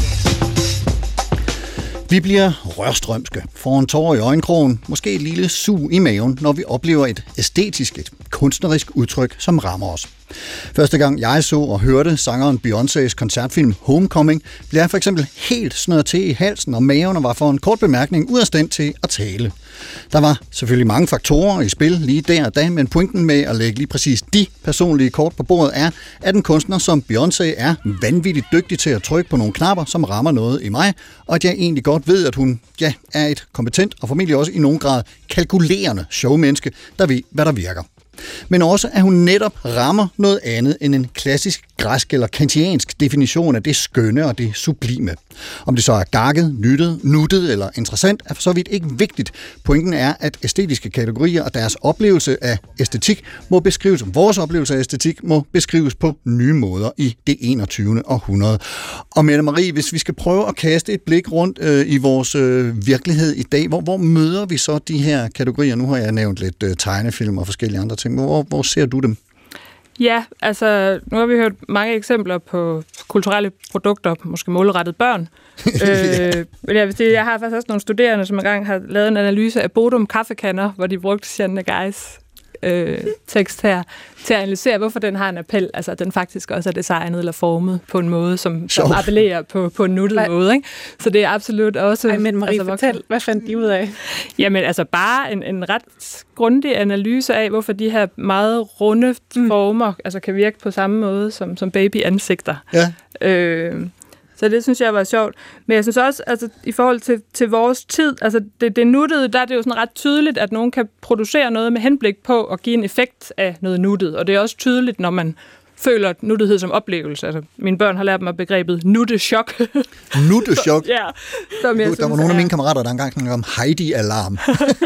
Vi bliver rørstrømske, får en tår i øjenkrogen, måske et lille sug i maven, når vi oplever et æstetisk, et kunstnerisk udtryk, som rammer os. Første gang jeg så og hørte sangeren Beyoncés koncertfilm Homecoming, blev jeg for eksempel helt snøret til i halsen og maven og var for en kort bemærkning ud af stand til at tale. Der var selvfølgelig mange faktorer i spil lige der og da, men pointen med at lægge lige præcis de personlige kort på bordet er, at en kunstner som Beyoncé er vanvittigt dygtig til at trykke på nogle knapper, som rammer noget i mig, og at jeg egentlig godt ved, at hun er et kompetent og formentlig også i nogen grad kalkulerende showmenneske, der ved, hvad der virker. Men også, at hun netop rammer noget andet end en klassisk græsk eller kantiansk definition af det skønne og det sublime. Om det så er gakket, nuttet eller interessant, er for så vidt ikke vigtigt. Pointen er, at æstetiske kategorier og deres oplevelse af æstetik må beskrives, vores oplevelse af æstetik må beskrives på nye måder i det 21. århundrede. Og Mette Marie, hvis vi skal prøve at kaste et blik rundt i vores virkelighed i dag, hvor møder vi så de her kategorier? Nu har jeg nævnt lidt tegnefilm og forskellige andre ting. Hvor ser du dem? Ja, altså nu har vi hørt mange eksempler på kulturelle produkter, måske målrettet børn. Men jeg har faktisk også nogle studerende, som engang har lavet en analyse af Bodum kaffekanner, hvor de brugte Sian Negais tekst her, til at analysere, hvorfor den har en appel. Altså, at den faktisk også er designet eller formet på en måde, som appellerer på en nuttet måde. Ikke? Så det er absolut også... Men Marie, fortæl, hvad fandt de ud af? Jamen, altså bare en ret grundig analyse af, hvorfor de her meget runde former altså kan virke på samme måde som babyansigter. Ja. Så det synes jeg var sjovt. Men jeg synes også, altså i forhold til vores tid, altså det nuttede, der er det jo sådan ret tydeligt, at nogen kan producere noget med henblik på at give en effekt af noget nuttet. Og det er også tydeligt, når man føler nuttighed som oplevelse. Altså, mine børn har lært mig begrebet nuttechok. Nuttechok? Ja. Som jeg der synes, var nogle af mine kammerater, der engang snakkede om Heidi-alarm.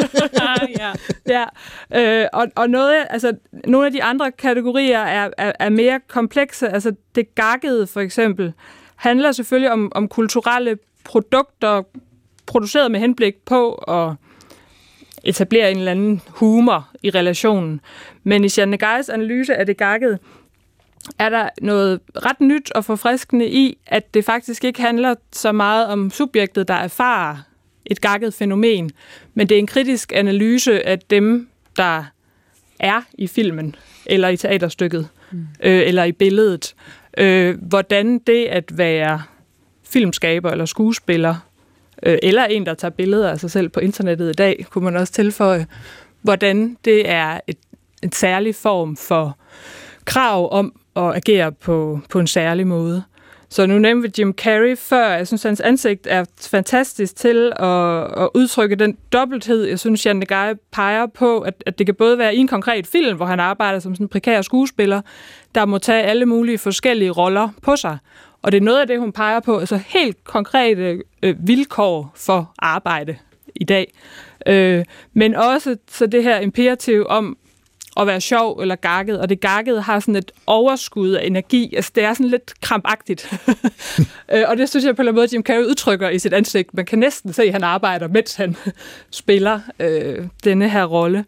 Og nogle af de andre kategorier er mere komplekse. Altså det gakkede for eksempel handler selvfølgelig om kulturelle produkter, produceret med henblik på at etablere en eller anden humor i relationen. Men i Sian Negais analyse af det gakkede, er der noget ret nyt og forfriskende i, at det faktisk ikke handler så meget om subjektet, der erfarer et gakket fænomen, men det er en kritisk analyse af dem, der er i filmen, eller i teaterstykket, eller i billedet. Hvordan det at være filmskaber eller skuespiller, eller en, der tager billeder af sig selv på internettet i dag, kunne man også tilføje, hvordan det er en særlig form for krav om at agere på en særlig måde. Så nu nævnte vi Jim Carrey før. Jeg synes, hans ansigt er fantastisk til at udtrykke den dobbelthed. Jeg synes, Sian Negais peger på, at det kan både være i en konkret film, hvor han arbejder som sådan en prekær skuespiller, der må tage alle mulige forskellige roller på sig. Og det er noget af det, hun peger på, altså helt konkrete vilkår for arbejde i dag. Men også så det her imperativ om at være sjov eller gakket, og det gakkede har sådan et overskud af energi. Altså, det er sådan lidt krampagtigt. Og det synes jeg på en måde, Jim Carrey udtrykker i sit ansigt. Man kan næsten se, at han arbejder, mens han spiller denne her rolle.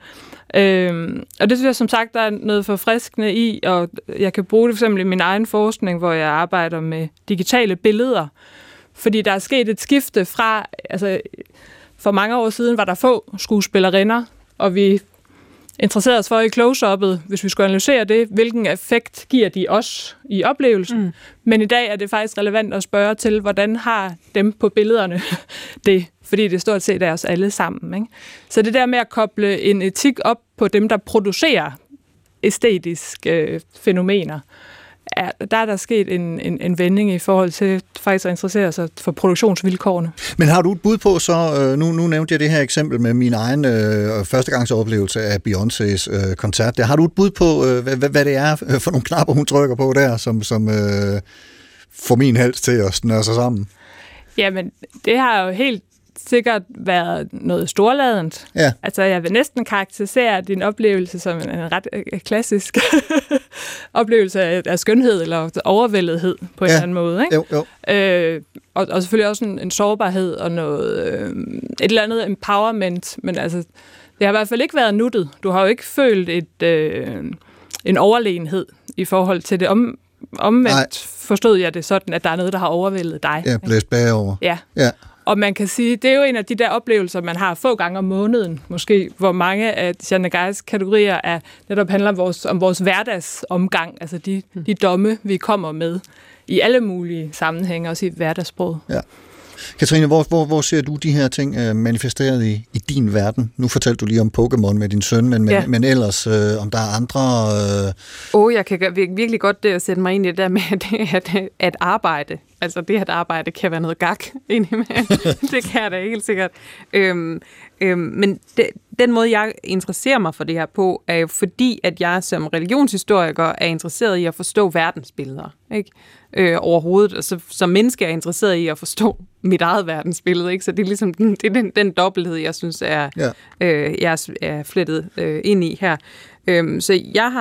Og det synes jeg som sagt, der er noget forfriskende i, og jeg kan bruge det for eksempel i min egen forskning, hvor jeg arbejder med digitale billeder. Fordi der er sket et skifte fra, altså for mange år siden var der få skuespillerinder, og vi interesserede os for i close-up'et, hvis vi skulle analysere det, hvilken effekt giver de os i oplevelsen. Men i dag er det faktisk relevant at spørge til, hvordan har dem på billederne det, fordi det stort set er os alle sammen. Ikke? Så det der med at koble en etik op på dem, der producerer æstetiske fænomener, der er der sket en vending i forhold til faktisk at interessere sig for produktionsvilkårene. Men har du et bud på, så nu nævnte jeg det her eksempel med min egen førstegangsoplevelse af Beyoncés koncert. Har du et bud på, hvad det er for nogle knapper, hun trykker på der, som får min hals til at snøre sig sammen? Jamen, det har jo helt sikkert været noget storladent. Ja. Altså, jeg vil næsten karakterisere din oplevelse som en ret klassisk oplevelse af skønhed eller overvældethed på en eller anden måde. Ikke? Jo. Og selvfølgelig også en sårbarhed og noget, et eller andet empowerment, men altså, det har i hvert fald ikke været nuttet. Du har jo ikke følt en overlegenhed i forhold til det. Omvendt forstod jeg det sådan, at der er noget, der har overvældet dig. Ja, blæst bagover. Ja. Og man kan sige, det er jo en af de der oplevelser, man har få gange om måneden, måske, hvor mange af Jeanne Negais kategorier netop handler om vores hverdagsomgang, altså de domme, vi kommer med i alle mulige sammenhænge, også i hverdagssproget. Ja. Katrine, hvor ser du de her ting manifesteret i din verden? Nu fortalte du lige om Pokémon med din søn, men ellers om der er andre... Jeg kan virkelig godt sætte mig ind i det der med at arbejde. Altså det at arbejde kan være noget gak indimellem. Det kan jeg da helt sikkert. Men den måde, jeg interesserer mig for det her på, er jo fordi, at jeg som religionshistoriker er interesseret i at forstå verdensbilleder. Ikke? Overhovedet. Og så som menneske er jeg interesseret i at forstå mit eget verdensbillede. Ikke? Så det er ligesom den dobbelthed, jeg synes jeg er flettet ind i her. Så jeg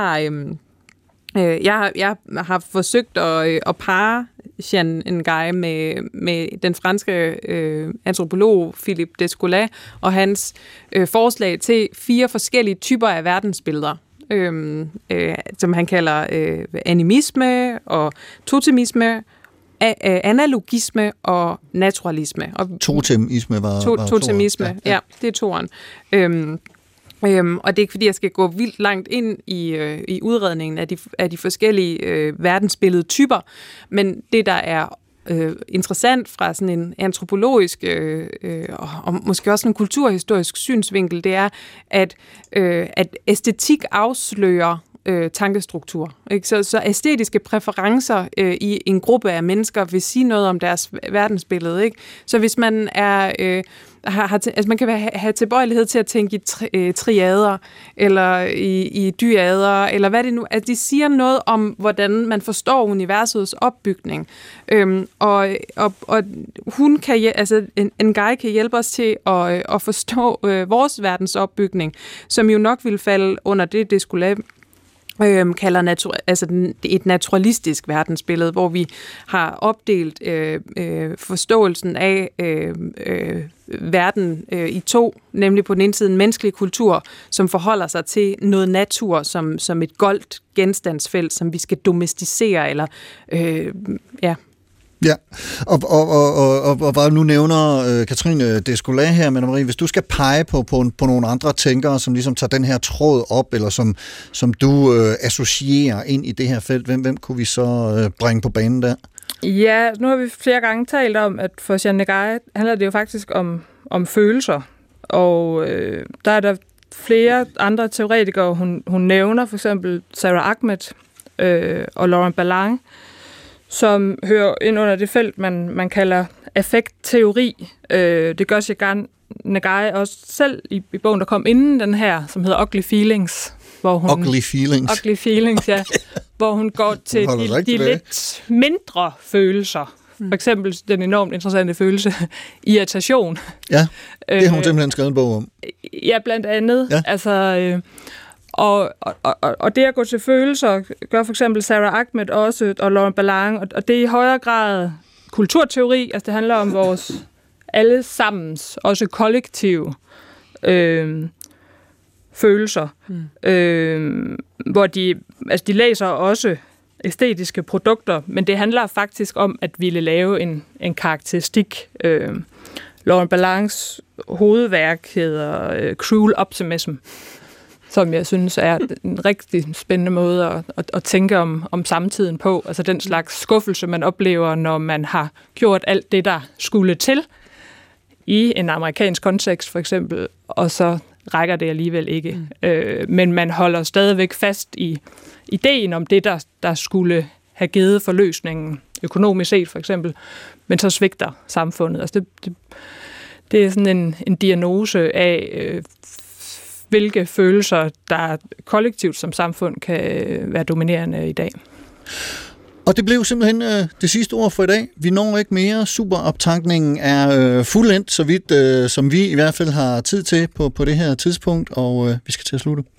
har forsøgt at parre Jeanne Negais med den franske antropolog Philippe Descola og hans forslag til 4 forskellige typer af verdensbilleder, som han kalder animisme og totemisme, analogisme og naturalisme. Og totemisme var totemisme, ja, det er toeren. Og det er ikke fordi, jeg skal gå vildt langt ind i udredningen af de forskellige verdensbilledtyper, men det, der er interessant fra sådan en antropologisk og måske også en kulturhistorisk synsvinkel, det er, at æstetik afslører tankestruktur. Ikke? Så æstetiske præferencer i en gruppe af mennesker vil sige noget om deres verdensbillede. Ikke? Så hvis man man kan have tilbøjelighed til at tænke i triader, eller i dyader, eller hvad det nu er. Altså, de siger noget om, hvordan man forstår universets opbygning. Og hun kan, altså Negais kan hjælpe os til at forstå vores verdens opbygning, som jo nok vil falde under det skulle kalder et naturalistisk verdensbillede, hvor vi har opdelt forståelsen af verden i 2, nemlig på den ene side en menneskelig kultur, som forholder sig til noget natur som et goldt genstandsfelt, som vi skal domesticere, eller Ja, og nu nævner Katrine Descola her, men Marie, hvis du skal pege på nogle andre tænkere, som ligesom tager den her tråd op, eller som du associerer ind i det her felt, hvem kunne vi så bringe på banen der? Ja, nu har vi flere gange talt om, at for Jeanne Negais handler det jo faktisk om følelser, og der er der flere andre teoretikere, hun nævner, for eksempel Sarah Ahmed og Laurent Ballang, som hører ind under det felt, man kalder affektteori. Det gør Jeanne Negais også selv i bogen, der kom inden den her, som hedder Ugly Feelings. Ugly Feelings, ja. Hvor hun går til de lidt mindre følelser. For eksempel den enormt interessante følelse, irritation. Ja, det har hun simpelthen skrevet en bog om. Ja, blandt andet. Ja. Altså... Og det at gå til følelser gør for eksempel Sarah Ahmed også, og Laurent Ballang, og det er i højere grad kulturteori, altså det handler om vores allesammens, også kollektive følelser, hvor de læser også æstetiske produkter, men det handler faktisk om at ville lave en karakteristik. Laurent Ballangs hovedværk hedder Cruel Optimism, som jeg synes er en rigtig spændende måde at tænke om samtiden på. Altså den slags skuffelse, man oplever, når man har gjort alt det, der skulle til i en amerikansk kontekst for eksempel, og så rækker det alligevel ikke. Men man holder stadigvæk fast i ideen om det, der skulle have givet forløsningen, økonomisk set for eksempel, men så svigter samfundet. Altså det er sådan en diagnose af, hvilke følelser, der kollektivt som samfund kan være dominerende i dag. Og det blev simpelthen det sidste ord for i dag. Vi når ikke mere. Superoptankningen er fuldendt, så vidt som vi i hvert fald har tid til på det her tidspunkt, og vi skal til at slutte.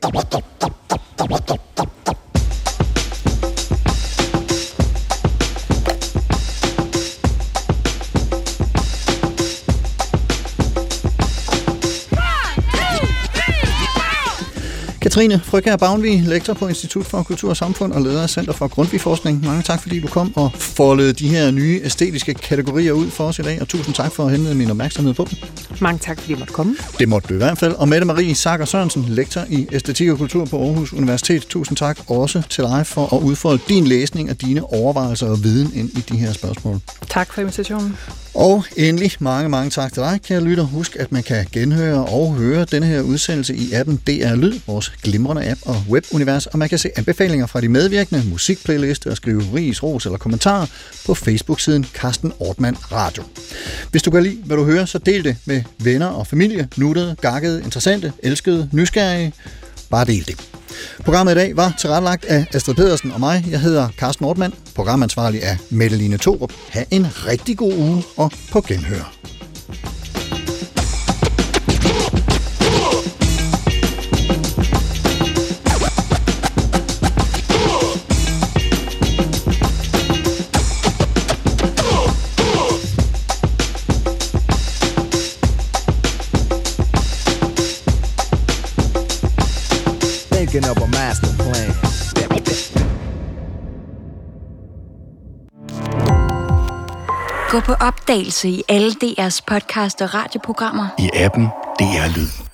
Katrine Frøkjær Bavnvig, lektor på Institut for Kultur og Samfund og leder af Center for Grundtvig-forskning. Mange tak, fordi du kom og foldede de her nye æstetiske kategorier ud for os i dag, og tusind tak for at henlede min opmærksomhed på dem. Mange tak, fordi du måtte komme. Det måtte du i hvert fald. Og Mette Marie Sager Sørensen, lektor i æstetik og kultur på Aarhus Universitet. Tusind tak også til dig for at udfolde din læsning af dine overvejelser og viden ind i de her spørgsmål. Tak for invitationen. Og endelig mange tak til dig, kære lytter. Husk, at man kan genhøre og høre denne her udsendelse i appen DR Lyd, vores glimrende app og webunivers, og man kan se anbefalinger fra de medvirkende, musikplayliste og skrive ris, ros eller kommentarer på Facebook-siden Carsten Ortmann Radio. Hvis du kan lide, hvad du hører, så del det med venner og familie, nuttede, gakkede, interessante, elskede, nysgerrige. Bare del det. Programmet i dag var tilrettelagt af Astrid Pedersen og mig. Jeg hedder Carsten Ortmann. Programansvarlig er Mette-Line Thorup. Ha' en rigtig god uge og på genhør. Of a master plan. Gå på opdagelse i alle DR's podcast og radioprogrammer. I appen DR Lyd.